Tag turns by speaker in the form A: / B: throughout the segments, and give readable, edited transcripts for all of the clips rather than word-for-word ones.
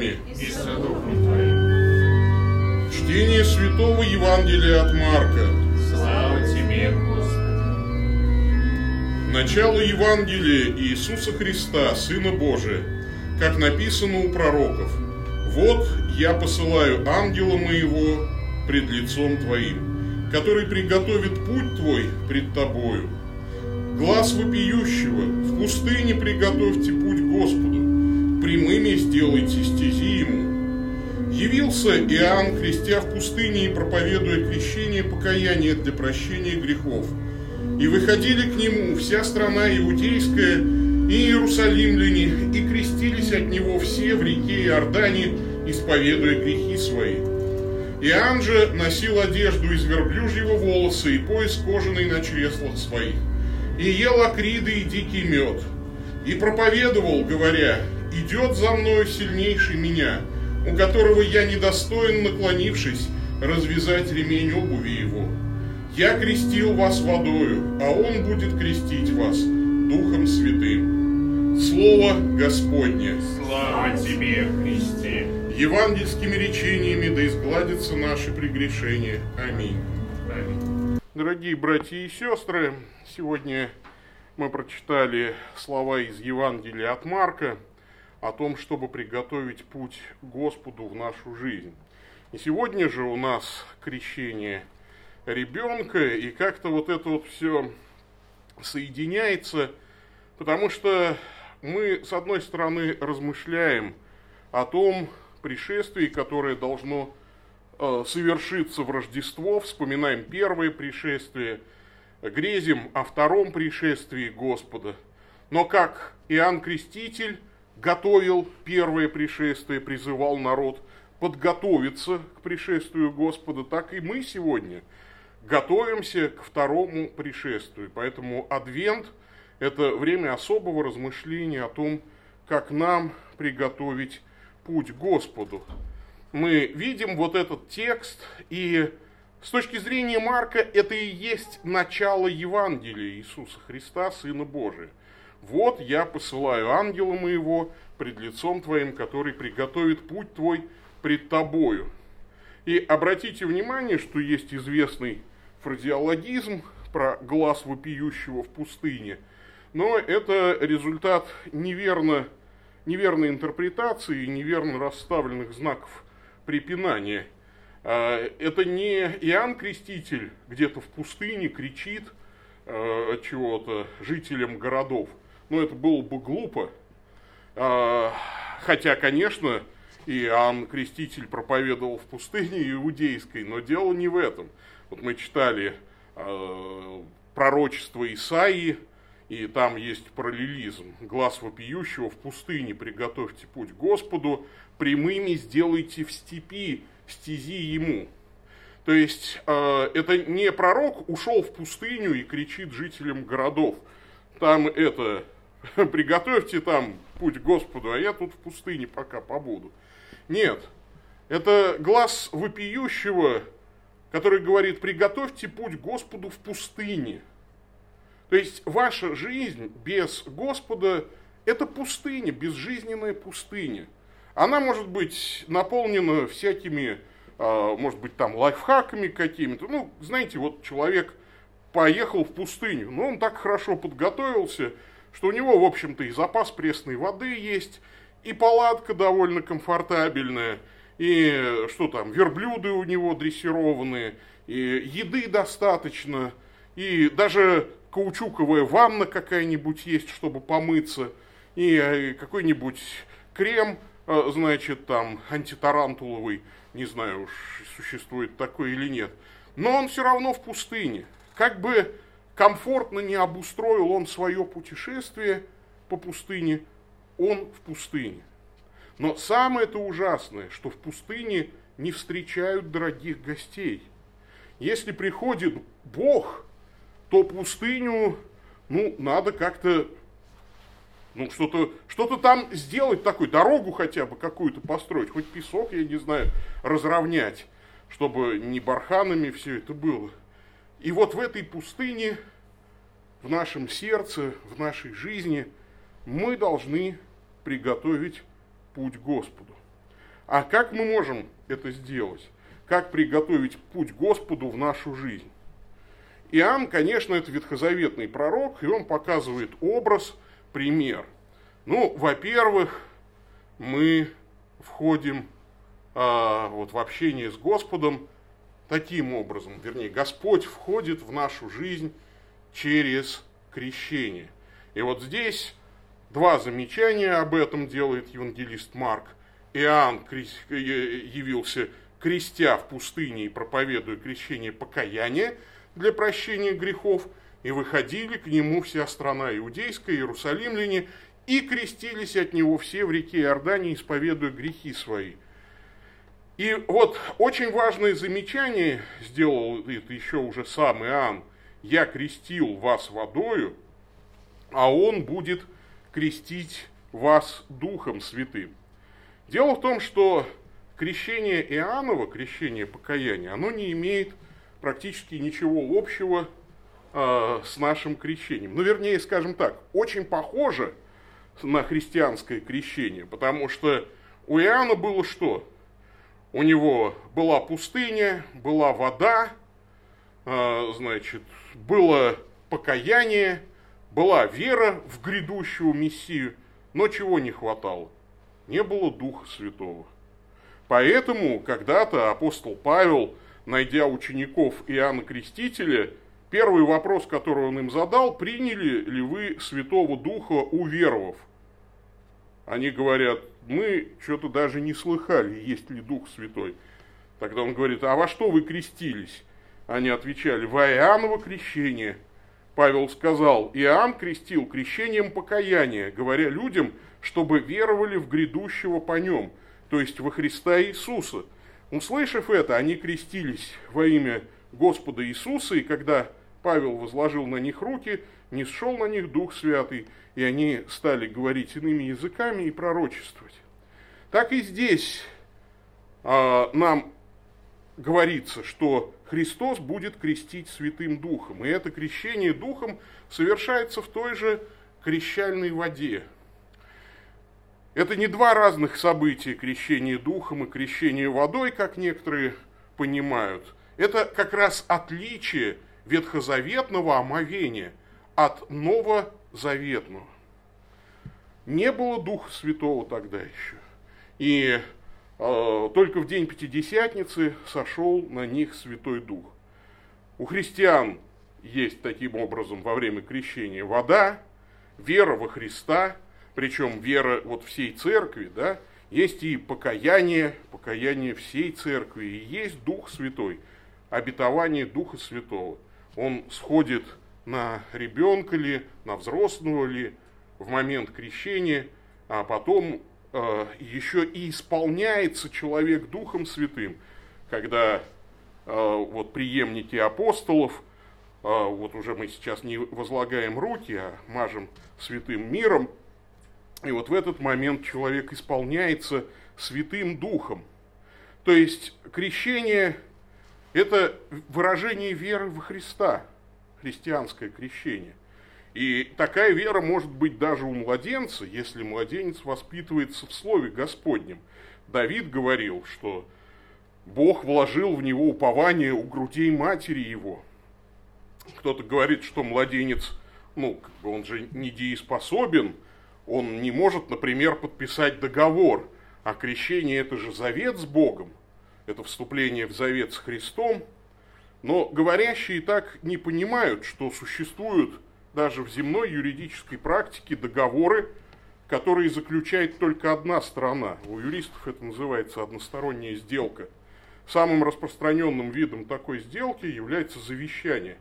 A: вами
B: и со духом твоим.
A: чтение Святого Евангелия от Марка.
B: Слава тебе, Господи.
A: Начало Евангелия Иисуса Христа, Сына Божия, как написано у пророков: «Вот я посылаю ангела моего пред лицом твоим, который приготовит путь твой пред тобою. Глас вопиющего: в пустыне приготовьте путь Господу, прямыми сделайте стези ему». Явился Иоанн, крестя в пустыне и проповедуя крещение покаяния для прощения грехов. И выходили к нему вся страна иудейская и иерусалимляне, и крестились от него все в реке Иордане, исповедуя грехи свои. Иоанн же носил одежду из верблюжьего волоса и пояс кожаный на чреслах своих, и ел акриды и дикий мед, и проповедовал, говоря: «Идет за мною сильнейший меня, у которого я недостоин, наклонившись, развязать ремень обуви его. Я крестил вас водою, а он будет крестить вас Духом Святым». Слово Господне.
B: Слава тебе, Христе.
A: Евангельскими речениями да изгладятся наши прегрешения. Аминь.
B: Аминь.
A: Дорогие братья и сестры, сегодня мы прочитали слова из Евангелия от Марка о том, чтобы приготовить путь Господу в нашу жизнь. И сегодня же у нас крещение ребенка, и как-то вот это вот все соединяется, потому что мы, с одной стороны, размышляем о том пришествии, которое должно совершиться в Рождество, вспоминаем первое пришествие, грезим о втором пришествии Господа. Но как Иоанн Креститель готовил первое пришествие, призывал народ подготовиться к пришествию Господа, так и мы сегодня готовимся к второму пришествию. Поэтому Адвент – это время особого размышления о том, как нам приготовить путь Господу. Мы видим вот этот текст, и с точки зрения Марка это и есть начало Евангелия Иисуса Христа, Сына Божия. «Вот я посылаю ангела моего пред лицом твоим, который приготовит путь твой пред тобою». И обратите внимание, что есть известный фразеологизм про глас вопиющего в пустыне, но это результат неверной интерпретации и неверно расставленных знаков препинания. Это не Иоанн Креститель где-то в пустыне кричит от чего-то жителям городов, но это было бы глупо. Хотя, конечно, Иоанн Креститель проповедовал в пустыне иудейской, но дело не в этом. Вот мы читали пророчество Исаии, и там есть параллелизм. «Глас вопиющего в пустыне приготовьте путь Господу, прямыми сделайте в степи стези ему». То есть это не пророк ушел в пустыню и кричит жителям городов: там приготовьте там путь Господу, а я тут в пустыне пока побуду. Нет, это глас вопиющего, который говорит: приготовьте путь Господу в пустыне. То есть ваша жизнь без Господа – это пустыня, безжизненная пустыня. Она может быть наполнена всякими, может быть, там лайфхаками какими-то. Ну, знаете, вот человек поехал в пустыню, но он так хорошо подготовился, что у него, в общем-то, и запас пресной воды есть, и палатка довольно комфортабельная, и что там, верблюды у него дрессированные, и еды достаточно, и даже каучуковая ванна какая-нибудь есть, чтобы помыться, и какой-нибудь крем, значит, там, антитарантуловый, не знаю уж, существует такой или нет. Но он все равно в пустыне. Как бы комфортно не обустроил он свое путешествие по пустыне, он в пустыне. Но самое-то ужасное, что в пустыне не встречают дорогих гостей. Если приходит Бог, то пустыню, надо как-то, что-то там сделать такое, дорогу хотя бы какую-то построить, хоть песок, я не знаю, разровнять, чтобы не барханами все это было. И вот в этой пустыне, в нашем сердце, в нашей жизни мы должны приготовить путь Господу. А как мы можем это сделать? Как приготовить путь Господу в нашу жизнь? Иоанн, конечно, это ветхозаветный пророк, и он показывает образ, пример. Ну, во-первых, мы входим вот в общение с Господом таким образом. Вернее, Господь входит в нашу жизнь через крещение. И вот здесь два замечания об этом делает евангелист Марк. Иоанн явился, крестя в пустыне и проповедуя крещение покаяния для прощения грехов, и выходили к нему вся страна иудейская, иерусалимляне, и крестились от него все в реке Иордане, исповедуя грехи свои. И вот очень важное замечание сделал это еще уже сам Иоанн. «Я крестил вас водою, а он будет крестить вас Духом Святым». Дело в том, что крещение Иоанново, крещение покаяния, оно не имеет практически ничего общего с нашим крещением. Ну, вернее, скажем так, очень похоже на христианское крещение, потому что у Иоанна было что? У него была пустыня, была вода, значит, было покаяние, была вера в грядущего Мессию, но чего не хватало? Не было Духа Святого. Поэтому когда-то апостол Павел, найдя учеников Иоанна Крестителя, первый вопрос, который он им задал: приняли ли вы Святого Духа, уверовав? Они говорят: мы что-то даже не слыхали, есть ли Дух Святой. Тогда он говорит: а во что вы крестились? Они отвечали: во Иоанново крещение. Павел сказал: Иоанн крестил крещением покаяния, говоря людям, чтобы веровали в грядущего по нем, то есть во Христа Иисуса. Услышав это, они крестились во имя Господа Иисуса, и когда Павел возложил на них руки, нисшел на них Дух Святый, и они стали говорить иными языками и пророчествовать. Так и здесь нам говорится, что Христос будет крестить Святым Духом, и это крещение Духом совершается в той же крещальной воде. Это не два разных события, крещение Духом и крещение водой, как некоторые понимают. Это как раз отличие ветхозаветного омовения от новозаветного. Не было Духа Святого тогда еще. И только в день Пятидесятницы сошел на них Святой Дух. У христиан есть таким образом во время крещения вода, вера во Христа, причем вера вот всей церкви, да, есть и покаяние всей церкви, и есть Дух Святой, обетование Духа Святого. Он сходит на ребенка ли, на взрослого ли в момент крещения, а потом еще и исполняется человек Духом Святым, когда вот преемники апостолов, вот уже мы сейчас не возлагаем руки, а мажем святым миром, и вот в этот момент человек исполняется Святым Духом. То есть крещение – это выражение веры во Христа, христианское крещение. И такая вера может быть даже у младенца, если младенец воспитывается в Слове Господнем. Давид говорил, что Бог вложил в него упование у грудей матери его. Кто-то говорит, что младенец, он же недееспособен, он не может, например, подписать договор. А крещение – это же завет с Богом, это вступление в завет с Христом. Но говорящие так не понимают, что существуют даже в земной юридической практике договоры, которые заключает только одна сторона. У юристов это называется односторонняя сделка. Самым распространенным видом такой сделки является завещание.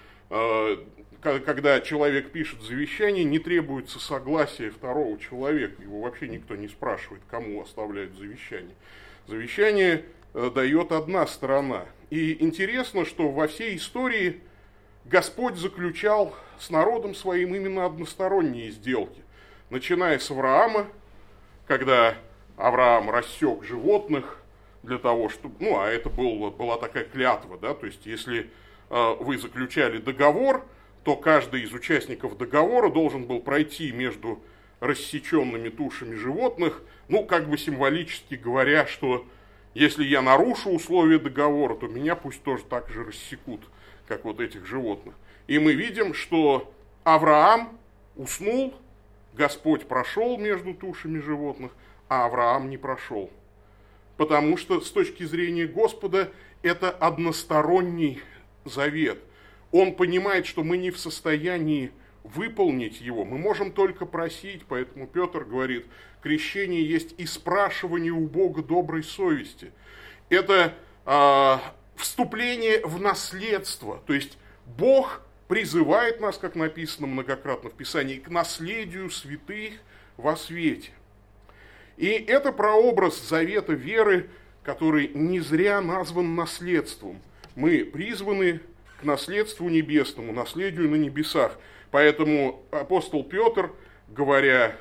A: Когда человек пишет завещание, не требуется согласие второго человека. Его вообще никто не спрашивает, кому оставляют завещание. Завещание дает одна сторона. И интересно, что во всей истории Господь заключал с народом своим именно односторонние сделки. Начиная с Авраама, когда Авраам рассек животных для того, чтобы... а это была такая клятва, да, то есть если вы заключали договор, то каждый из участников договора должен был пройти между рассеченными тушами животных, ну, как бы символически говоря, что если я нарушу условия договора, то меня пусть тоже так же рассекут, как вот этих животных. И мы видим, что Авраам уснул, Господь прошел между тушами животных, а Авраам не прошел. Потому что с точки зрения Господа это односторонний завет. Он понимает, что мы не в состоянии выполнить его. Мы можем только просить, поэтому Петр говорит, крещение есть и спрашивание у Бога доброй совести. Это вступление в наследство. То есть Бог призывает нас, как написано многократно в Писании, к наследию святых во свете. И это прообраз завета веры, который не зря назван наследством. Мы призваны к наследству небесному, наследию на небесах. Поэтому апостол Петр, говоря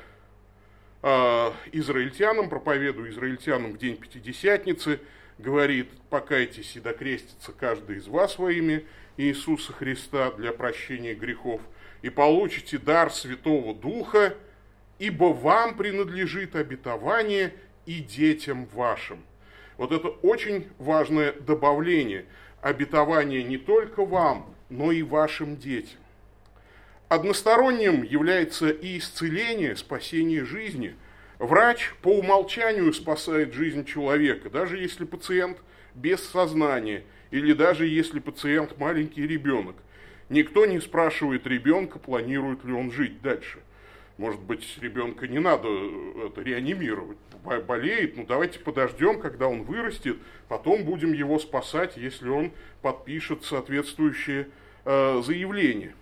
A: израильтянам, проповедуя израильтянам в день Пятидесятницы, говорит: покайтесь и докрестится каждый из вас во имя Иисуса Христа для прощения грехов, и получите дар Святого Духа, ибо вам принадлежит обетование и детям вашим. Вот это очень важное добавление. Обетование не только вам, но и вашим детям. Односторонним является и исцеление, спасение жизни. Врач по умолчанию спасает жизнь человека, даже если пациент без сознания, или даже если пациент маленький ребенок. Никто не спрашивает ребенка, планирует ли он жить дальше. Может быть, ребенка не надо реанимировать, болеет, ну давайте подождем, когда он вырастет, потом будем его спасать, если он подпишет соответствующее заявление.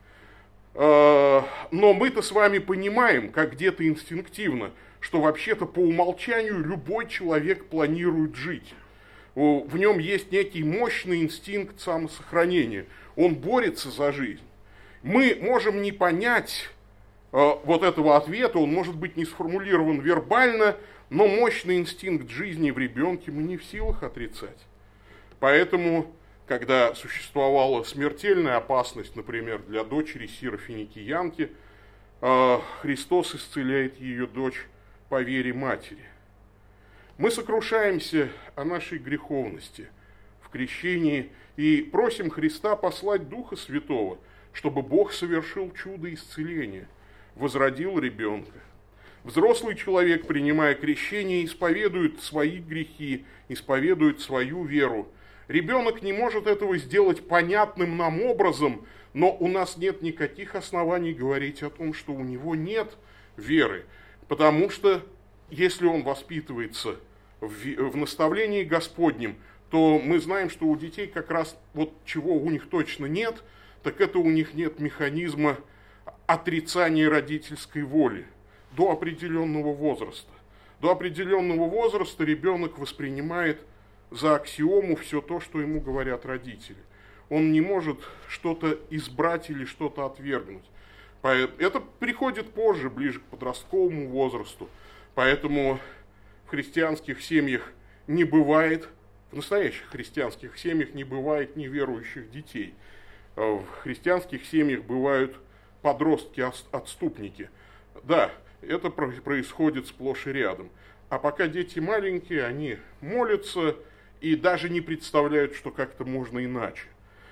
A: Но мы-то с вами понимаем, как где-то инстинктивно, что вообще-то по умолчанию любой человек планирует жить. В нем есть некий мощный инстинкт самосохранения. Он борется за жизнь. Мы можем не понять вот этого ответа, он может быть не сформулирован вербально, но мощный инстинкт жизни в ребенке мы не в силах отрицать. Поэтому, когда существовала смертельная опасность, например, для дочери Сирофиникиянки, Христос исцеляет ее дочь по вере матери. Мы сокрушаемся о нашей греховности в крещении и просим Христа послать Духа Святого, чтобы Бог совершил чудо исцеления, возродил ребенка. Взрослый человек, принимая крещение, исповедует свои грехи, исповедует свою веру. Ребенок не может этого сделать понятным нам образом, но у нас нет никаких оснований говорить о том, что у него нет веры, потому что если он воспитывается в наставлении Господнем, то мы знаем, что у детей как раз вот чего у них точно нет, так это у них нет механизма отрицания родительской воли до определенного возраста. До определенного возраста ребенок воспринимает за аксиому все то, что ему говорят родители. Он не может что-то избрать или что-то отвергнуть. Это приходит позже, ближе к подростковому возрасту. Поэтому в христианских семьях не бывает, в настоящих христианских семьях не бывает неверующих детей. В христианских семьях бывают подростки-отступники. Да, это происходит сплошь и рядом. А пока дети маленькие, они молятся и даже не представляют, что как-то можно иначе.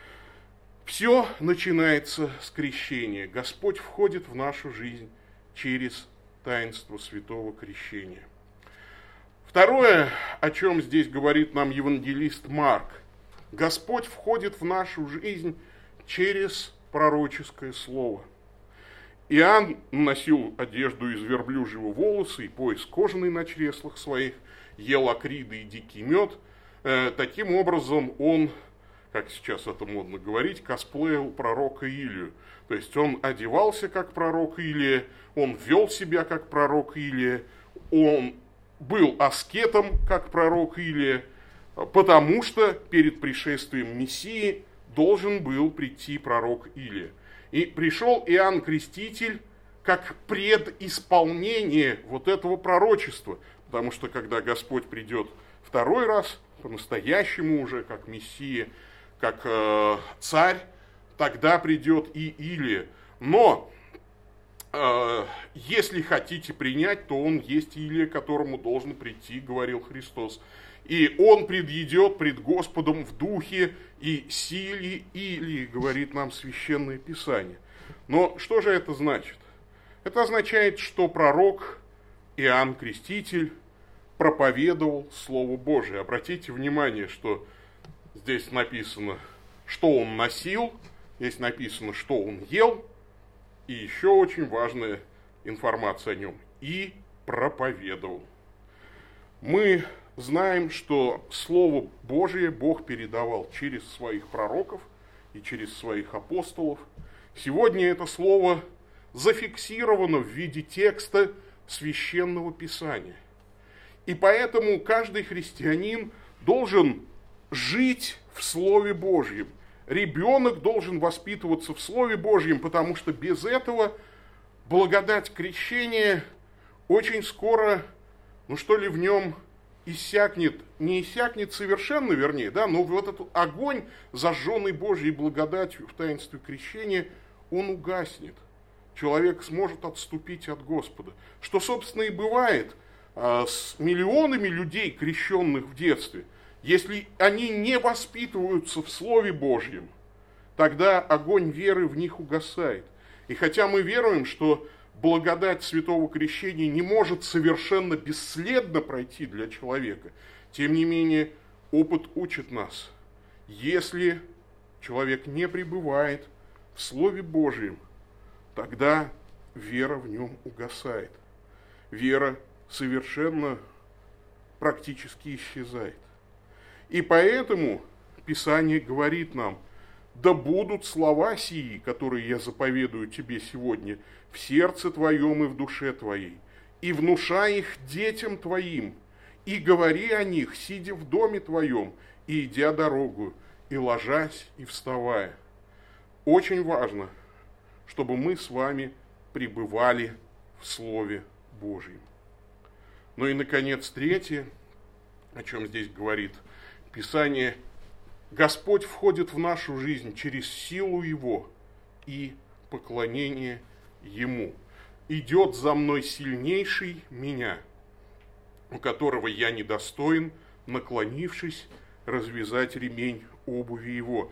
A: Все начинается с крещения. Господь входит в нашу жизнь через таинство святого крещения. Второе, о чем здесь говорит нам евангелист Марк. Господь входит в нашу жизнь через пророческое слово. Иоанн носил одежду из верблюжьего волоса и пояс кожаный на чреслах своих, ел акриды и дикий мед. Таким образом он, как сейчас это модно говорить, косплеил пророка Илию. То есть он одевался как пророк Илия, он вел себя как пророк Илия, он был аскетом как пророк Илия, потому что перед пришествием Мессии должен был прийти пророк Илия. И пришел Иоанн Креститель как предисполнение вот этого пророчества, потому что когда Господь придет второй раз, по-настоящему уже, как Мессия, как царь, тогда придет и Илия. Но если хотите принять, то он есть Илия, к которому должен прийти, говорил Христос. И он предъедет пред Господом в духе и силе Илии, говорит нам Священное Писание. Но что же это значит? Это означает, что пророк Иоанн Креститель проповедовал Слово Божие. Обратите внимание, что здесь написано, что он носил, здесь написано, что он ел, и еще очень важная информация о нем. И проповедовал. Мы знаем, что Слово Божие Бог передавал через своих пророков и через своих апостолов. Сегодня это слово зафиксировано в виде текста Священного Писания. И поэтому каждый христианин должен жить в Слове Божьем. Ребенок должен воспитываться в Слове Божьем, потому что без этого благодать крещения очень скоро, в нем иссякнет, не иссякнет совершенно, вернее, да, но вот этот огонь, зажженный Божьей благодатью в таинстве крещения, он угаснет. Человек сможет отступить от Господа. Что, собственно, и бывает с миллионами людей, крещенных в детстве. Если они не воспитываются в Слове Божьем, тогда огонь веры в них угасает. И хотя мы веруем, что благодать святого крещения не может совершенно бесследно пройти для человека, тем не менее опыт учит нас. Если человек не пребывает в Слове Божьем, тогда вера в нем угасает. Вера совершенно практически исчезает. И поэтому Писание говорит нам: да будут слова сии, которые я заповедую тебе сегодня, в сердце твоем и в душе твоей, и внушай их детям твоим, и говори о них, сидя в доме твоем, и идя дорогу, и ложась, и вставая. Очень важно, чтобы мы с вами пребывали в Слове Божьем. Ну и, наконец, третье, о чем здесь говорит Писание: Господь входит в нашу жизнь через силу Его и поклонение Ему. Идет за мной сильнейший меня, у которого я недостоин, наклонившись, развязать ремень обуви его.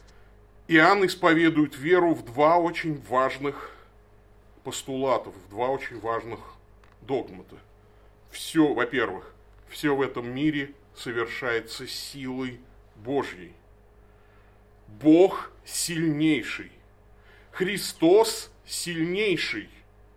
A: Иоанн исповедует веру в два очень важных постулата, в два очень важных догмата. Все, во-первых, все в этом мире совершается силой Божьей. Бог сильнейший. Христос сильнейший.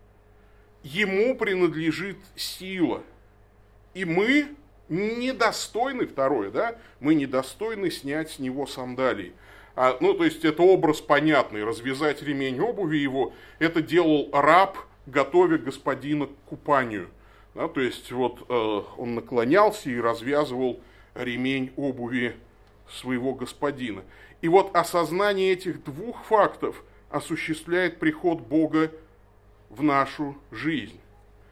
A: Ему принадлежит сила. И мы недостойны, второе, да, мы недостойны снять с него сандалии. То есть это образ понятный. Развязать ремень обуви его, это делал раб, готовя господина к купанию. Да, то есть он наклонялся и развязывал ремень обуви своего господина. И вот осознание этих двух фактов осуществляет приход Бога в нашу жизнь.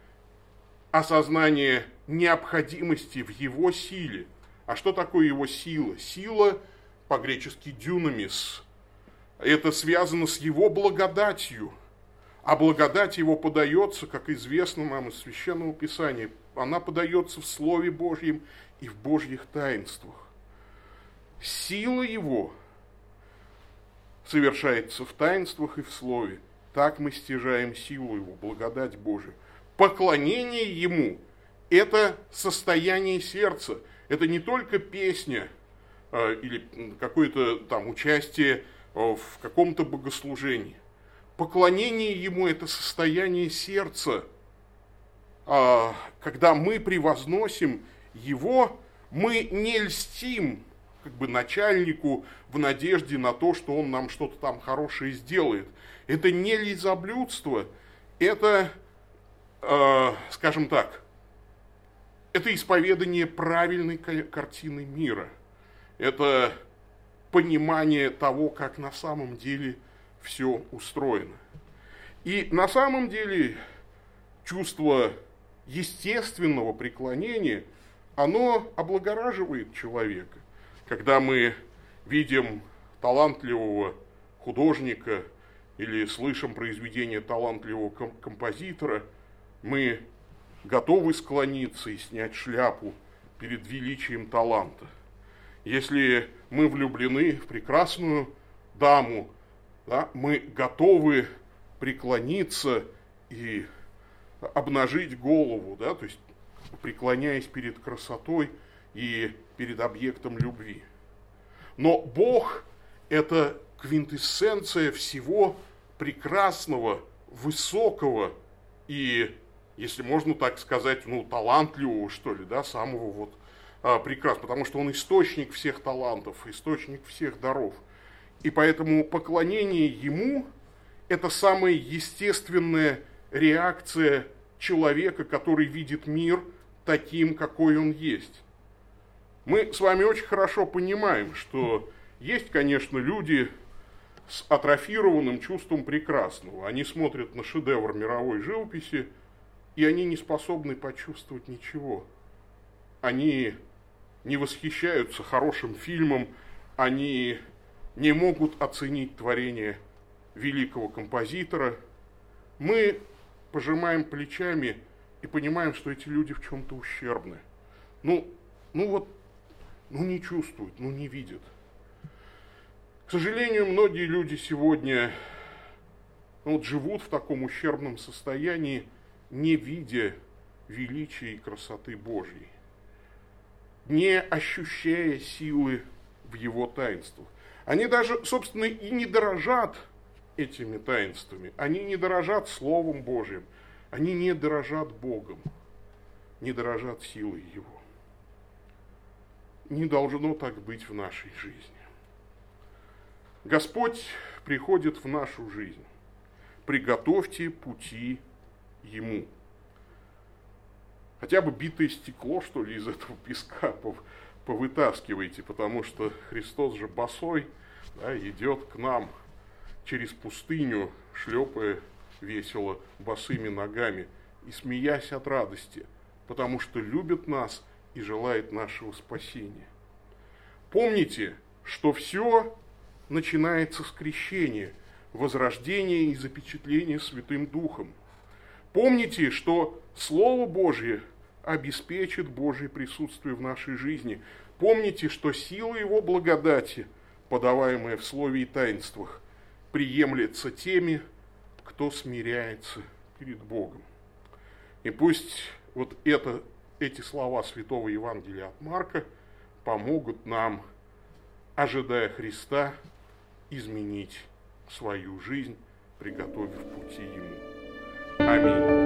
A: Осознание необходимости в Его силе. А что такое Его сила? Сила, по-гречески дюнамис, это связано с Его благодатью. А благодать Его подается, как известно нам из Священного Писания, она подается в Слове Божьем и в Божьих таинствах. Сила Его совершается в таинствах и в Слове. Так мы стяжаем силу Его, благодать Божию. Поклонение Ему – это состояние сердца. Это не только песня или какое-то там участие в каком-то богослужении. Поклонение Ему – это состояние сердца. Когда мы превозносим Его, мы не льстим начальнику в надежде на то, что он нам что-то там хорошее сделает. Это не лизоблюдство, это, скажем так, это исповедание правильной картины мира. Это понимание того, как на самом деле все устроено. И на самом деле чувство естественного преклонения, оно облагораживает человека. Когда мы видим талантливого художника или слышим произведение талантливого композитора, мы готовы склониться и снять шляпу перед величием таланта. Если мы влюблены в прекрасную даму, да, мы готовы преклониться и обнажить голову, да, то есть преклоняясь перед красотой и перед объектом любви. Но Бог – это квинтэссенция всего прекрасного, высокого и, если можно так сказать, талантливого, что ли, да, самого прекрасного, потому что Он источник всех талантов, источник всех даров. И поэтому поклонение Ему – это самая естественная реакция человека, который видит мир таким, какой он есть. Мы с вами очень хорошо понимаем, что есть, конечно, люди с атрофированным чувством прекрасного. Они смотрят на шедевр мировой живописи, и они не способны почувствовать ничего. Они не восхищаются хорошим фильмом, они не могут оценить творение великого композитора. Мы пожимаем плечами и понимаем, что эти люди в чем-то ущербны. Не чувствуют, не видят. К сожалению, многие люди сегодня живут в таком ущербном состоянии, не видя величия и красоты Божьей, не ощущая силы в Его таинствах. Они даже, собственно, и не дорожат этими таинствами. Они не дорожат Словом Божьим. Они не дорожат Богом, не дорожат силой Его. Не должно так быть в нашей жизни. Господь приходит в нашу жизнь. Приготовьте пути Ему. Хотя бы битое стекло, что ли, из этого песка повытаскивайте, потому что Христос же босой, да, идет к нам через пустыню, шлепая весело босыми ногами и смеясь от радости, потому что любит нас и желает нашего спасения. Помните, что все начинается с крещения, возрождения и запечатления Святым Духом. Помните, что Слово Божье обеспечит Божье присутствие в нашей жизни. Помните, что сила Его благодати, подаваемая в Слове и таинствах, приемлется теми, кто смиряется перед Богом. И пусть эти слова Святого Евангелия от Марка помогут нам, ожидая Христа, изменить свою жизнь, приготовив пути Ему. Аминь.